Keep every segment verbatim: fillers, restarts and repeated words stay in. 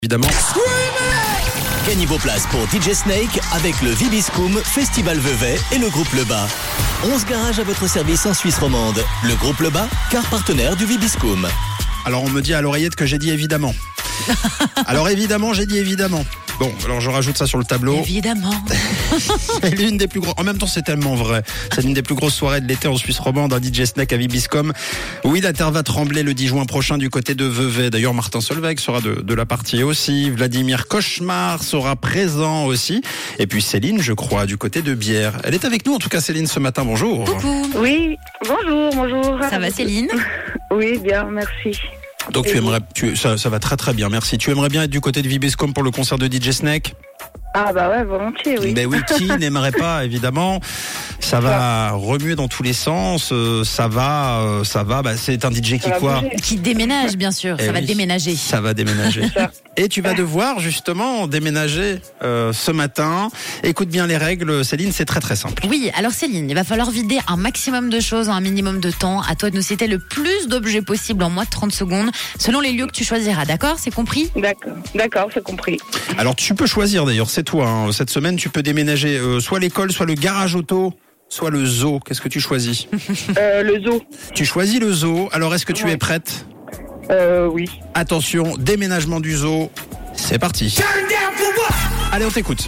Évidemment. Gagnez vos places pour D J Snake avec le Vibiscum, Festival Vevey et le groupe Le Bas. onze garages à votre service en Suisse romande. Le groupe Le Bas, car partenaire du Vibiscum. Alors on me dit à l'oreillette que j'ai dit évidemment. Alors évidemment, j'ai dit évidemment. Bon, alors je rajoute ça sur le tableau. Évidemment. C'est l'une des plus grosses. En même temps, c'est tellement vrai. C'est l'une des plus grosses soirées de l'été en Suisse romande, un D J Snake à Vibiscum. Oui, la terre va trembler le dix juin prochain du côté de Vevey. D'ailleurs, Martin Solveig sera de, de la partie aussi. Vladimir Cauchemar sera présent aussi. Et puis Céline, je crois, du côté de Bière. Elle est avec nous, en tout cas, Céline, ce matin. Bonjour. Coucou. Oui, bonjour, bonjour. Ça va, Céline? Oui, bien, merci. Donc Et tu vous aimerais, tu, ça, ça va très très bien, merci. Tu aimerais bien être du côté de Vibiscum pour le concert de D J Snake? Ah bah ouais, volontiers, oui. Ben oui, qui n'aimerait pas, évidemment. Ça va remuer dans tous les sens, euh, ça va, euh, ça va, bah, c'est un D J qui va quoi bouger. Qui déménage, bien sûr. Eh Ça va oui, déménager. Ça va déménager. Ça. Et tu vas devoir justement déménager euh, ce matin. Écoute bien les règles, Céline, c'est très très simple. Oui, alors Céline, il va falloir vider un maximum de choses en un minimum de temps. À toi de nous citer le plus d'objets possible en moins de trente secondes, selon les lieux que tu choisiras. D'accord? C'est compris? D'accord, d'accord, c'est compris. Alors tu peux choisir d'ailleurs, c'est toi. Hein. Cette semaine, tu peux déménager euh, soit l'école, soit le garage auto, soit le zoo. Qu'est-ce que tu choisis? Euh, le zoo. Tu choisis le zoo. Alors est-ce que tu Ouais. es prête? Euh, oui. Attention, déménagement du zoo. C'est parti. Allez, on t'écoute.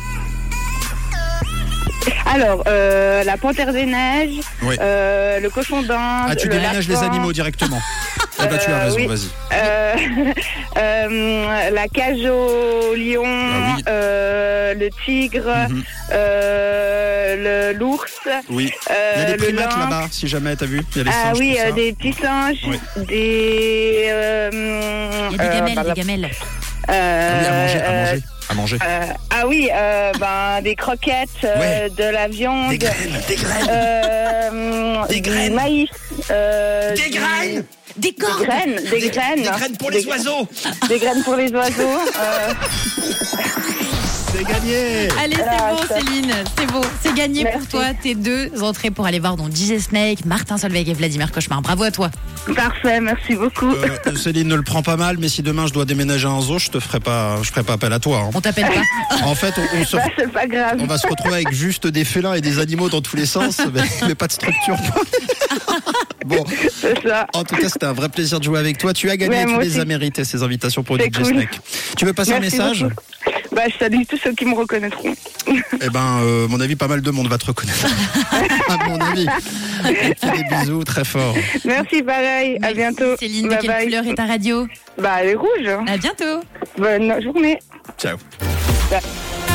Alors, euh, la panthère des neiges, Oui. euh, le cochon d'Inde, Ah, tu le déménages les lapin, animaux directement. Eh ben, tu as Euh, raison, oui. vas-y. euh, euh, la cage au lion, Ah oui. euh, le tigre, Mhm. euh, le l'ours, Oui. euh, Il y a des le primates lynx. là-bas, si jamais t'as vu. Il y a les Ah singes, oui, tout ça. euh, des petits singes, Oui. des... Euh, Il y a des euh, gamelles, bah, des gamelles. euh, Ah oui, à manger, à euh, manger, à manger. euh, ah oui, euh, ben, des croquettes, euh, Ouais. de la viande, Des graines, des graines. euh, Des du graines. maïs, euh, Des du- graines. Des des cordes. graines, des, graines, Des graines pour les Des- oiseaux. des graines pour les oiseaux. euh, C'est gagné. Allez, c'est Ah, bon, ça- Céline. C'est bon. C'est gagné Merci. pour toi. Tes deux entrées pour aller voir donc D J Snake, Martin Solveig et Vladimir Cauchemar. Bravo à toi. Parfait, merci beaucoup. Euh, Céline ne le prend pas mal, mais si demain je dois déménager un zoo, je te ferai pas, je ferai pas appel à toi. hein. On t'appelle pas. En fait, on, on se, Bah, c'est pas grave. on va se retrouver avec juste des félins et des animaux dans tous les sens, mais, mais pas de structure. Bon, C'est ça. en tout cas, c'était un vrai plaisir de jouer avec toi. Tu as gagné, Ouais, tu moi les aussi. as méritées, ces invitations pour C'est D J cool. Snake. Tu veux passer Merci un message? beaucoup. Bah, je salue tous ceux qui me reconnaîtront. Eh ben, euh, mon avis, pas mal de monde va te reconnaître. À mon avis. Et puis des bisous très forts. Merci, pareil. À Merci, bientôt. Céline, de Bye quelle bye. couleur est ta radio? Bah, elle est rouge. À bientôt. Bonne journée. Ciao. Bye.